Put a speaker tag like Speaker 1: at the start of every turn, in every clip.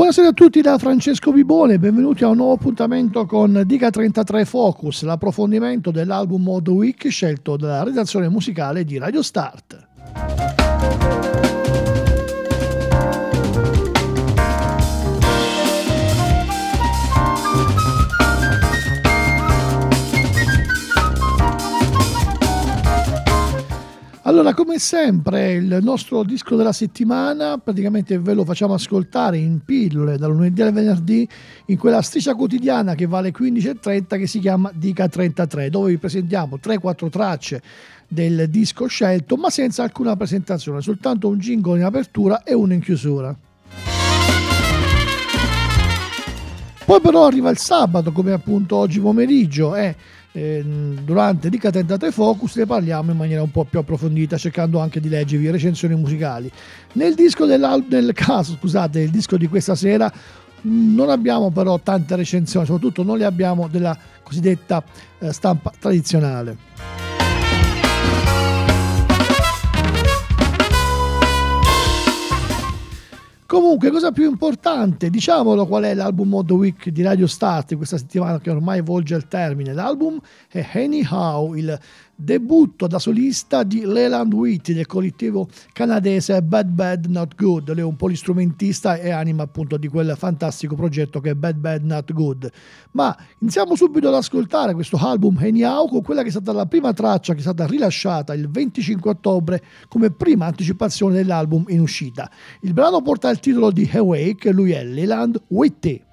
Speaker 1: Buonasera a tutti da Francesco Bibone, benvenuti a un nuovo appuntamento con Dica 33 Focus, l'approfondimento dell'album of the Week scelto dalla redazione musicale di Radio Start. Allora, come sempre, il nostro disco della settimana praticamente ve lo facciamo ascoltare in pillole dal lunedì al venerdì in quella striscia quotidiana che vale 15,30 che si chiama Dica 33, dove vi presentiamo 3-4 tracce del disco scelto, ma senza alcuna presentazione, soltanto un jingle in apertura e uno in chiusura. Poi però arriva il sabato, come appunto oggi pomeriggio, durante Dica 33 Focus ne parliamo in maniera un po' più approfondita, cercando anche di leggervi recensioni musicali. Nel disco del disco di questa sera non abbiamo però tante recensioni, soprattutto non le abbiamo della cosiddetta stampa tradizionale. Comunque, cosa più importante, diciamolo qual è l'album of the week di Radio Start questa settimana che ormai volge al termine. L'album è Anyhow, il debutto da solista di Leland Whitty del collettivo canadese Bad Bad Not Good. Lui è un polistrumentista e anima appunto di quel fantastico progetto che è Bad Bad Not Good. Ma iniziamo subito ad ascoltare questo album Anyhow con quella che è stata la prima traccia che è stata rilasciata il 25 ottobre come prima anticipazione dell'album in uscita. Il brano porta il titolo di Awake, lui è Leland Whitty.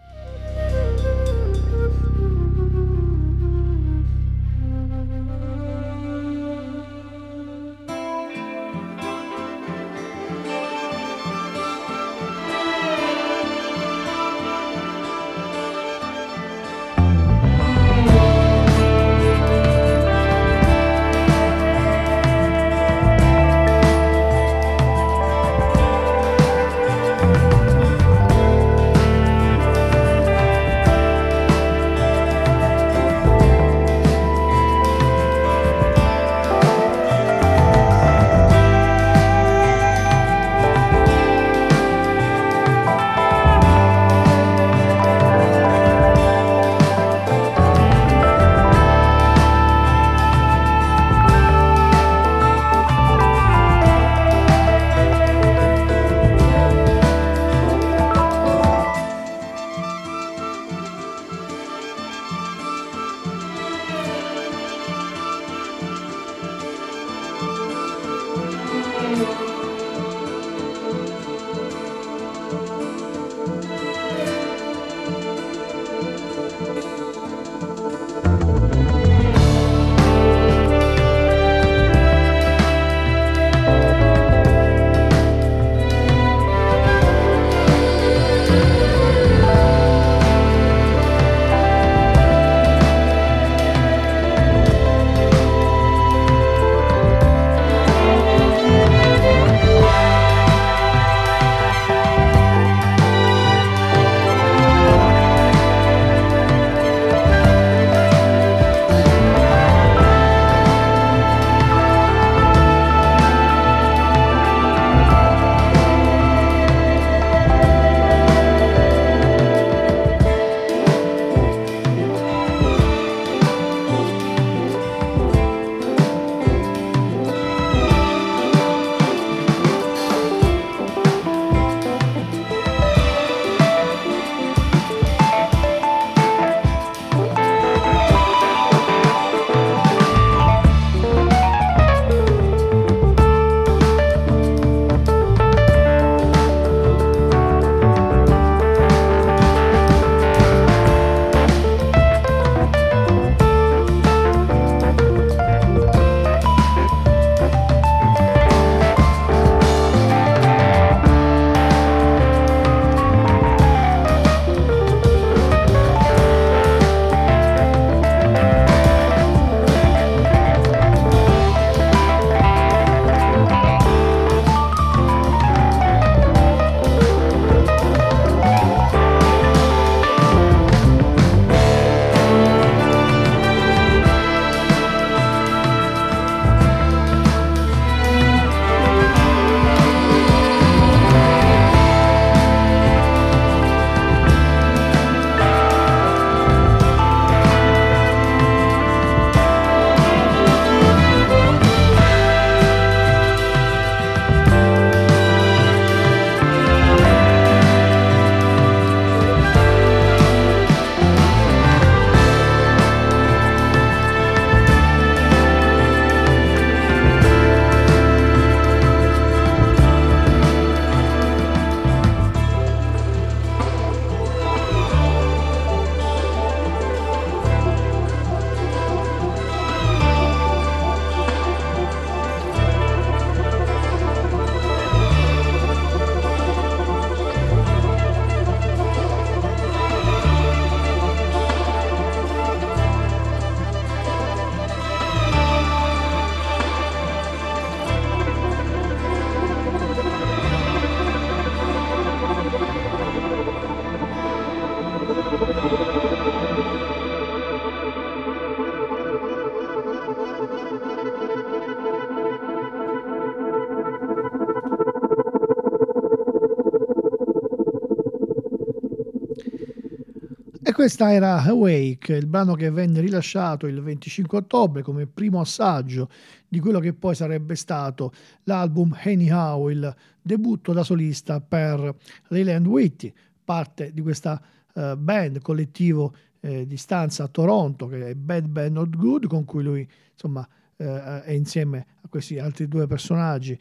Speaker 1: questa era Awake, il brano che venne rilasciato il 25 ottobre come primo assaggio di quello che poi sarebbe stato l'album Anyhow, il debutto da solista per Leland Whitty, parte di questa band, collettivo di stanza a Toronto, che è Bad Bad Not Good, con cui lui insomma è insieme a questi altri due personaggi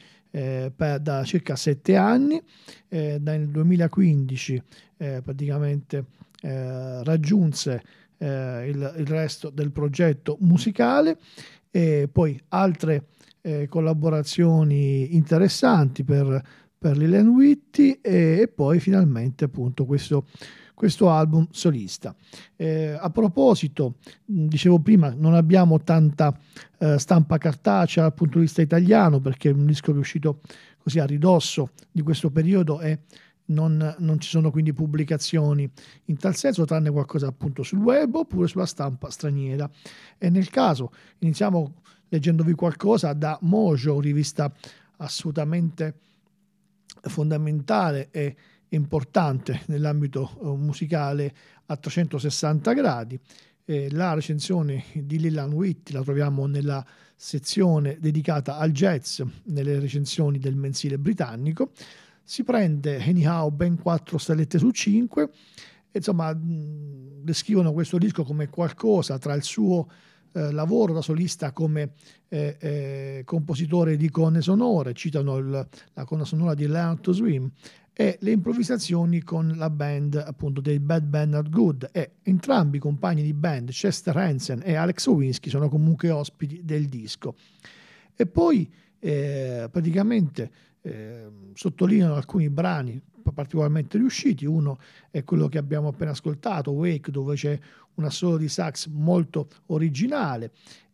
Speaker 1: da circa 7 anni. Nel 2015 praticamente raggiunse il resto del progetto musicale, e poi altre collaborazioni interessanti per Leland Whitty, e poi finalmente appunto questo album solista. A proposito, dicevo prima, non abbiamo tanta stampa cartacea dal punto di vista italiano, perché è un disco che è uscito così a ridosso di questo periodo e non ci sono quindi pubblicazioni in tal senso, tranne qualcosa appunto sul web oppure sulla stampa straniera. E nel caso iniziamo leggendovi qualcosa da Mojo, rivista assolutamente fondamentale e importante nell'ambito musicale a 360 gradi. La recensione di Leland Whitty la troviamo nella sezione dedicata al jazz, nelle recensioni del mensile britannico. Si prende Anyhow ben 4 stellette su 5, insomma descrivono questo disco come qualcosa tra il suo lavoro da solista come compositore di colonne sonore, citano la colonna sonora di Learn to Swim, e le improvvisazioni con la band appunto dei Bad Bad Not Good, e entrambi i compagni di band, Chester Hansen e Alex Owinski, sono comunque ospiti del disco. E poi praticamente sottolineano alcuni brani particolarmente riusciti. Uno è quello che abbiamo appena ascoltato, Wake, dove c'è un assolo di sax molto originale,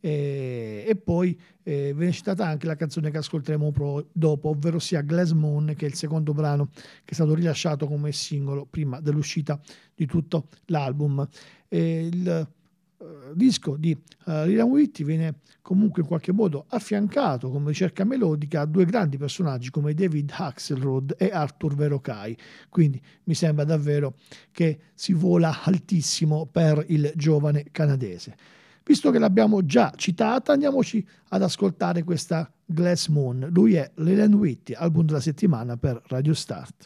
Speaker 1: e poi viene citata anche la canzone che ascolteremo dopo, ovvero sia Glass Moon, che è il secondo brano che è stato rilasciato come singolo prima dell'uscita di tutto l'album. Il disco di Leland Whitty viene comunque in qualche modo affiancato come ricerca melodica a due grandi personaggi come David Axelrod e Arthur Verocai, quindi mi sembra davvero che si vola altissimo per il giovane canadese. Visto che l'abbiamo già citata, andiamoci ad ascoltare questa Glass Moon. Lui è Leland Whitty, album della settimana per Radio Start.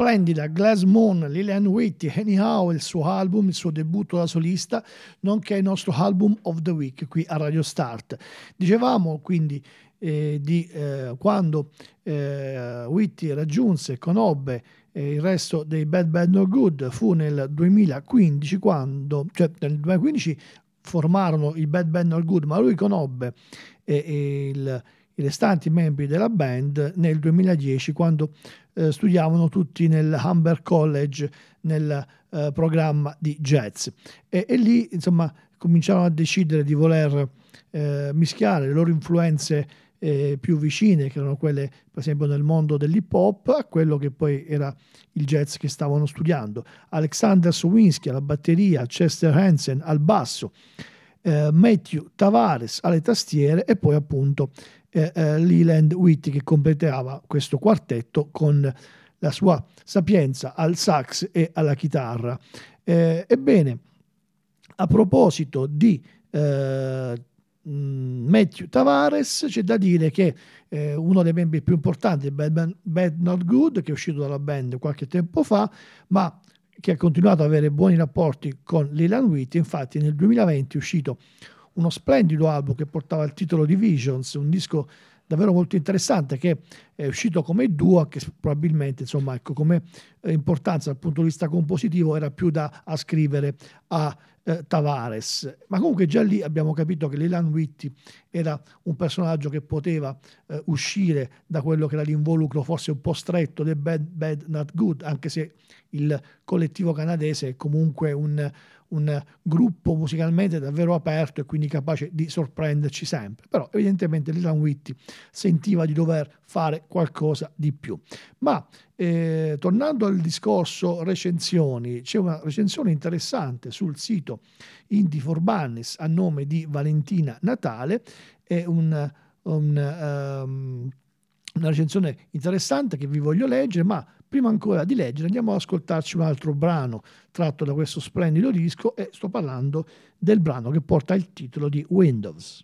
Speaker 1: splendida Glass Moon, Lillian Whitty, Anyhow, il suo album, il suo debutto da solista, nonché il nostro album of the week qui a Radio Start. Dicevamo quindi di quando Whitty raggiunse e conobbe il resto dei Bad Bad Not Good fu nel 2015, cioè nel 2015 formarono i Bad Bad Not Good, ma lui conobbe i restanti membri della band nel 2010 quando studiavano tutti nel Humber College nel programma di jazz e lì insomma cominciarono a decidere di voler mischiare le loro influenze più vicine, che erano quelle per esempio nel mondo dell'hip hop, a quello che poi era il jazz che stavano studiando. Alexander Sowinski alla batteria, Chester Hansen al basso, Matthew Tavares alle tastiere e poi appunto Leland Whitty che completava questo quartetto con la sua sapienza al sax e alla chitarra. Ebbene, a proposito di Matthew Tavares, c'è da dire che uno dei membri più importanti di Bad Not Good, che è uscito dalla band qualche tempo fa, ma che ha continuato ad avere buoni rapporti con Leland Whitty. Infatti nel 2020 è uscito uno splendido album che portava il titolo di Visions, un disco davvero molto interessante che è uscito come duo, che probabilmente insomma ecco come importanza dal punto di vista compositivo era più da ascrivere a Tavares, ma comunque già lì abbiamo capito che Leland Whitty era un personaggio che poteva uscire da quello che era l'involucro forse un po' stretto del Bad Not Good, anche se il collettivo canadese è comunque un gruppo musicalmente davvero aperto e quindi capace di sorprenderci sempre, però evidentemente Leland Whitty sentiva di dover fare qualcosa di più. Ma tornando al discorso recensioni, c'è una recensione interessante sul sito Indie for Bunnies a nome di Valentina Natale, è una recensione interessante che vi voglio leggere, ma prima ancora di leggere andiamo ad ascoltarci un altro brano tratto da questo splendido disco e sto parlando del brano che porta il titolo di Windows.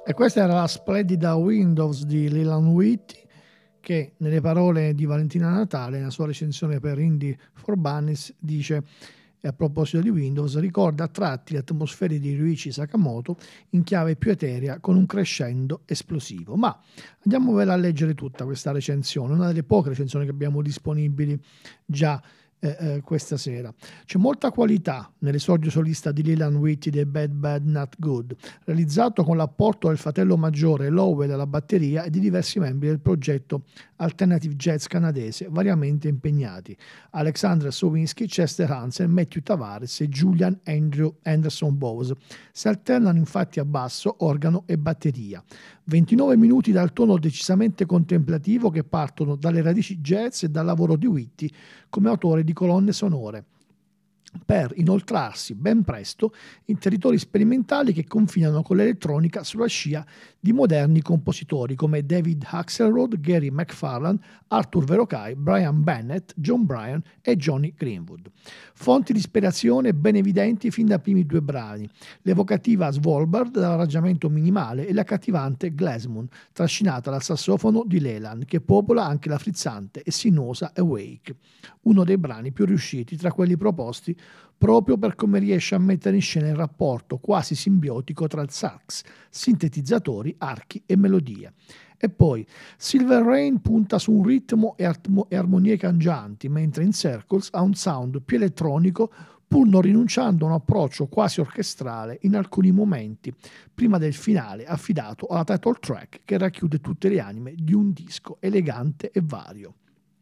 Speaker 1: E questa era la splendida Windows di Leland Whitty, che nelle parole di Valentina Natale, nella sua recensione per Indie for Bunnies, dice, e a proposito di Windows, ricorda a tratti le atmosfere di Ryuichi Sakamoto in chiave più eterea con un crescendo esplosivo. Ma andiamovela a leggere tutta questa recensione, una delle poche recensioni che abbiamo disponibili già questa sera. C'è molta qualità nell'esordio solista di Leland Whitty dei Bad Bad Not Good, realizzato con l'apporto del fratello maggiore Lowell alla batteria e di diversi membri del progetto Alternative Jazz canadese variamente impegnati: Alexander Sowinski, Chester Hansen, Matthew Tavares e Julian Andrew Anderson Bowes. Si alternano infatti a basso, organo e batteria. 29 minuti dal tono decisamente contemplativo che partono dalle radici jazz e dal lavoro di Whitty come autore di colonne sonore, per inoltrarsi ben presto in territori sperimentali che confinano con l'elettronica sulla scia di moderni compositori come David Axelrod, Gary McFarlane, Arthur Verocai, Brian Bennett, John Bryan e Johnny Greenwood. Fonti di ispirazione ben evidenti fin dai primi due brani: l'evocativa Svolbard dall'arrangiamento minimale e l'accattivante Glasmoon, trascinata dal sassofono di Leland, che popola anche la frizzante e sinuosa Awake, uno dei brani più riusciti tra quelli proposti proprio per come riesce a mettere in scena il rapporto quasi simbiotico tra sax, sintetizzatori, archi e melodie. E poi Silver Rain punta su un ritmo e armonie cangianti, mentre in Circles ha un sound più elettronico, pur non rinunciando a un approccio quasi orchestrale in alcuni momenti, prima del finale affidato alla title track che racchiude tutte le anime di un disco elegante e vario.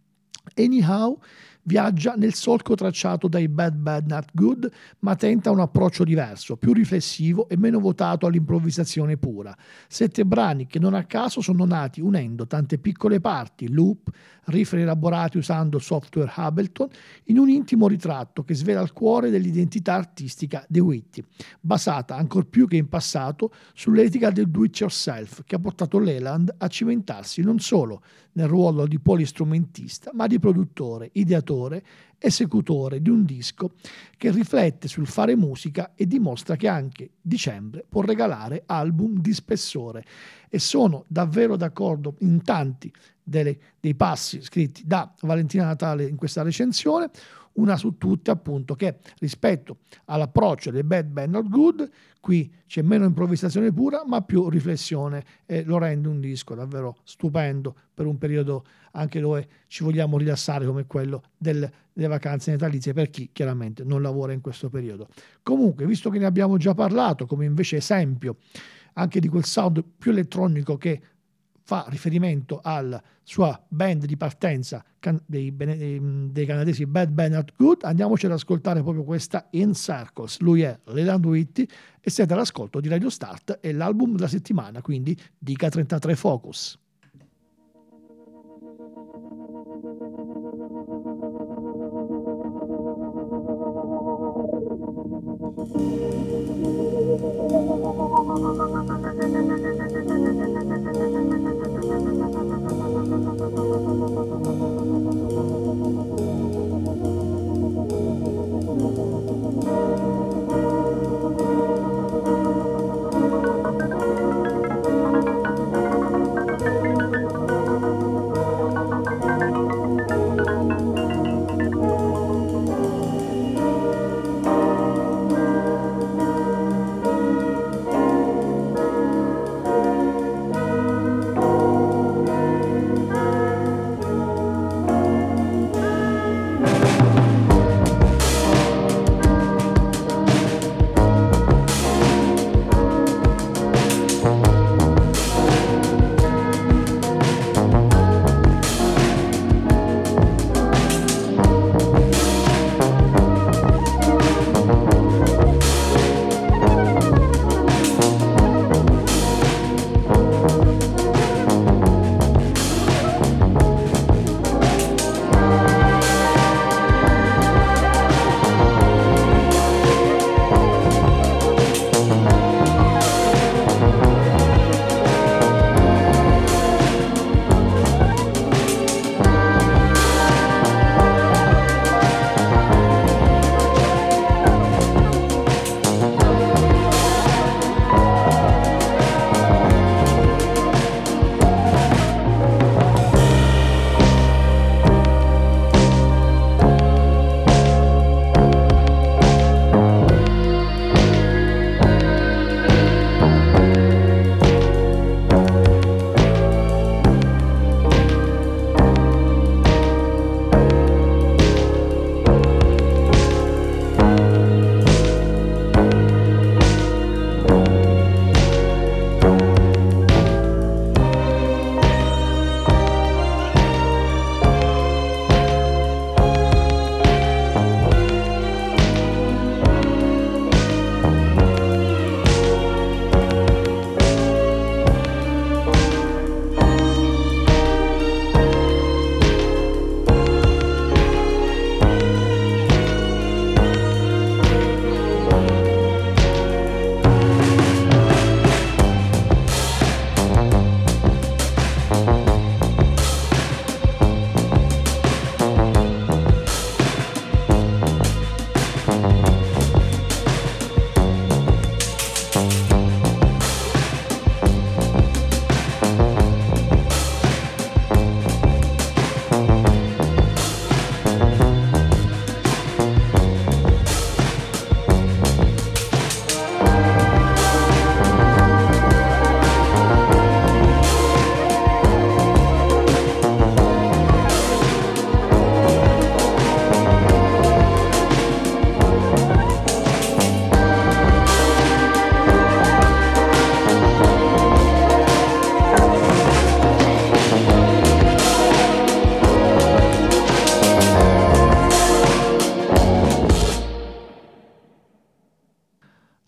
Speaker 1: Anyhow viaggia nel solco tracciato dai Bad Bad Not Good, ma tenta un approccio diverso, più riflessivo e meno votato all'improvvisazione pura. 7 brani che non a caso sono nati unendo tante piccole parti, loop, riff elaborati usando software Ableton, in un intimo ritratto che svela il cuore dell'identità artistica di Whitty, basata ancor più che in passato sull'etica del do-it-yourself che ha portato Leland a cimentarsi non solo nel ruolo di polistrumentista, ma di produttore, ideatore, esecutore di un disco che riflette sul fare musica e dimostra che anche dicembre può regalare album di spessore. E sono davvero d'accordo in tanti dei passi scritti da Valentina Natale in questa recensione, una su tutte appunto, che rispetto all'approccio dei Bad Bad Not Good qui c'è meno improvvisazione pura ma più riflessione, e lo rende un disco davvero stupendo per un periodo anche dove ci vogliamo rilassare come quello delle vacanze natalizie, per chi chiaramente non lavora in questo periodo. Comunque, visto che ne abbiamo già parlato come invece esempio anche di quel sound più elettronico che fa riferimento alla sua band di partenza dei canadesi Bad Bad Not Good, andiamoci ad ascoltare proprio questa In Circles. Lui è Leland Whitty e siete all'ascolto di Radio Start e l'album della settimana, quindi Dica 33 Focus.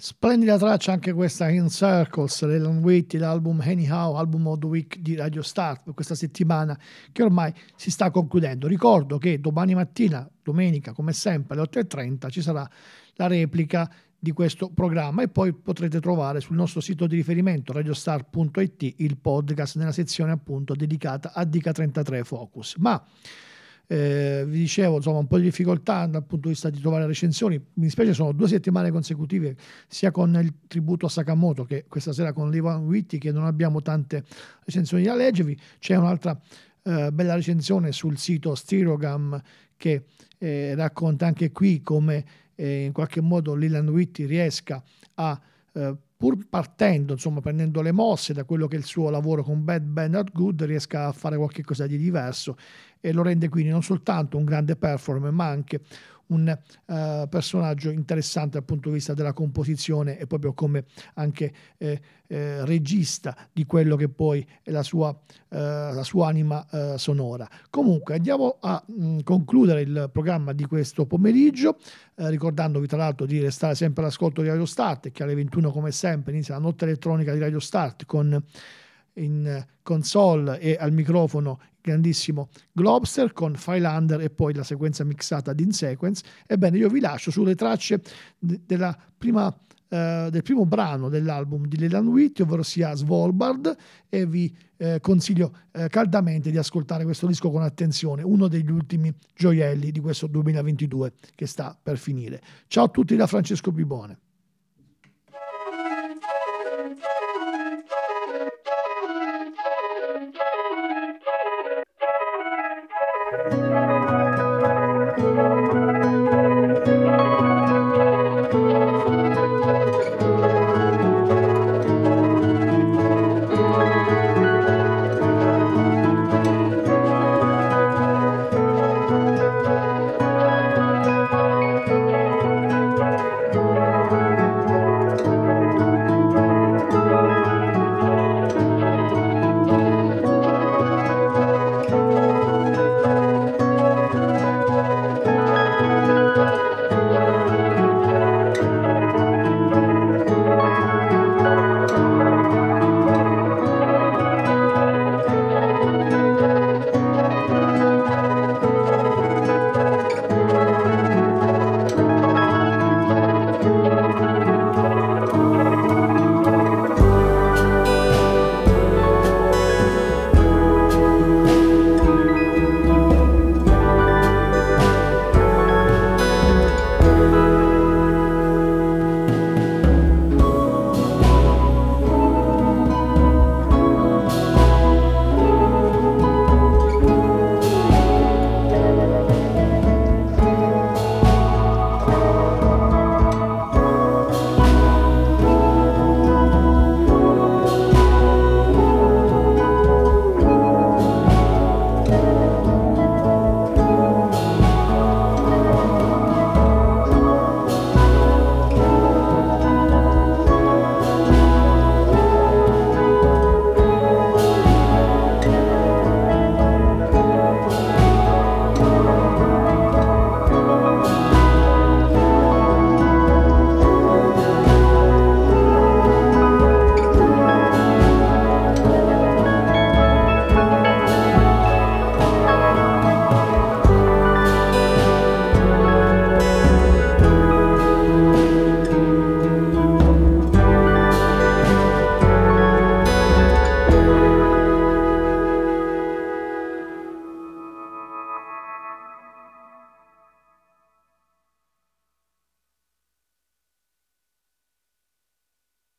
Speaker 1: Splendida traccia anche questa, In Circles, Leland Whitty, l'album Anyhow, album of the week di Radio Start per questa settimana che ormai si sta concludendo. Ricordo che domani mattina, domenica, come sempre alle 8:30, ci sarà la replica di questo programma e poi potrete trovare sul nostro sito di riferimento radiostar.it il podcast nella sezione appunto dedicata a Dica 33 Focus. Ma vi dicevo, insomma, un po' di difficoltà dal punto di vista di trovare recensioni. Mi dispiace, sono 2 settimane consecutive sia con il tributo a Sakamoto che questa sera con Leland Whitty che non abbiamo tante recensioni da leggervi. C'è un'altra bella recensione sul sito Stereogam che racconta anche qui come in qualche modo Leland Whitty riesca a pur partendo, insomma, prendendo le mosse da quello che è il suo lavoro con Bad Bad Not Good, riesca a fare qualche cosa di diverso e lo rende quindi non soltanto un grande performer ma anche un personaggio interessante dal punto di vista della composizione e proprio come anche regista di quello che poi è la sua anima sonora. Comunque andiamo a concludere il programma di questo pomeriggio, ricordandovi tra l'altro di restare sempre all'ascolto di Radio Start, che alle 21 come sempre inizia la notte elettronica di Radio Start con in console e al microfono grandissimo Globster con Filelander e poi la sequenza mixata di In Sequence. Ebbene, io vi lascio sulle tracce del primo brano dell'album di Leland Whitty, ovvero sia Svalbard, e vi consiglio caldamente di ascoltare questo disco con attenzione, uno degli ultimi gioielli di questo 2022 che sta per finire. Ciao a tutti da Francesco Bibone.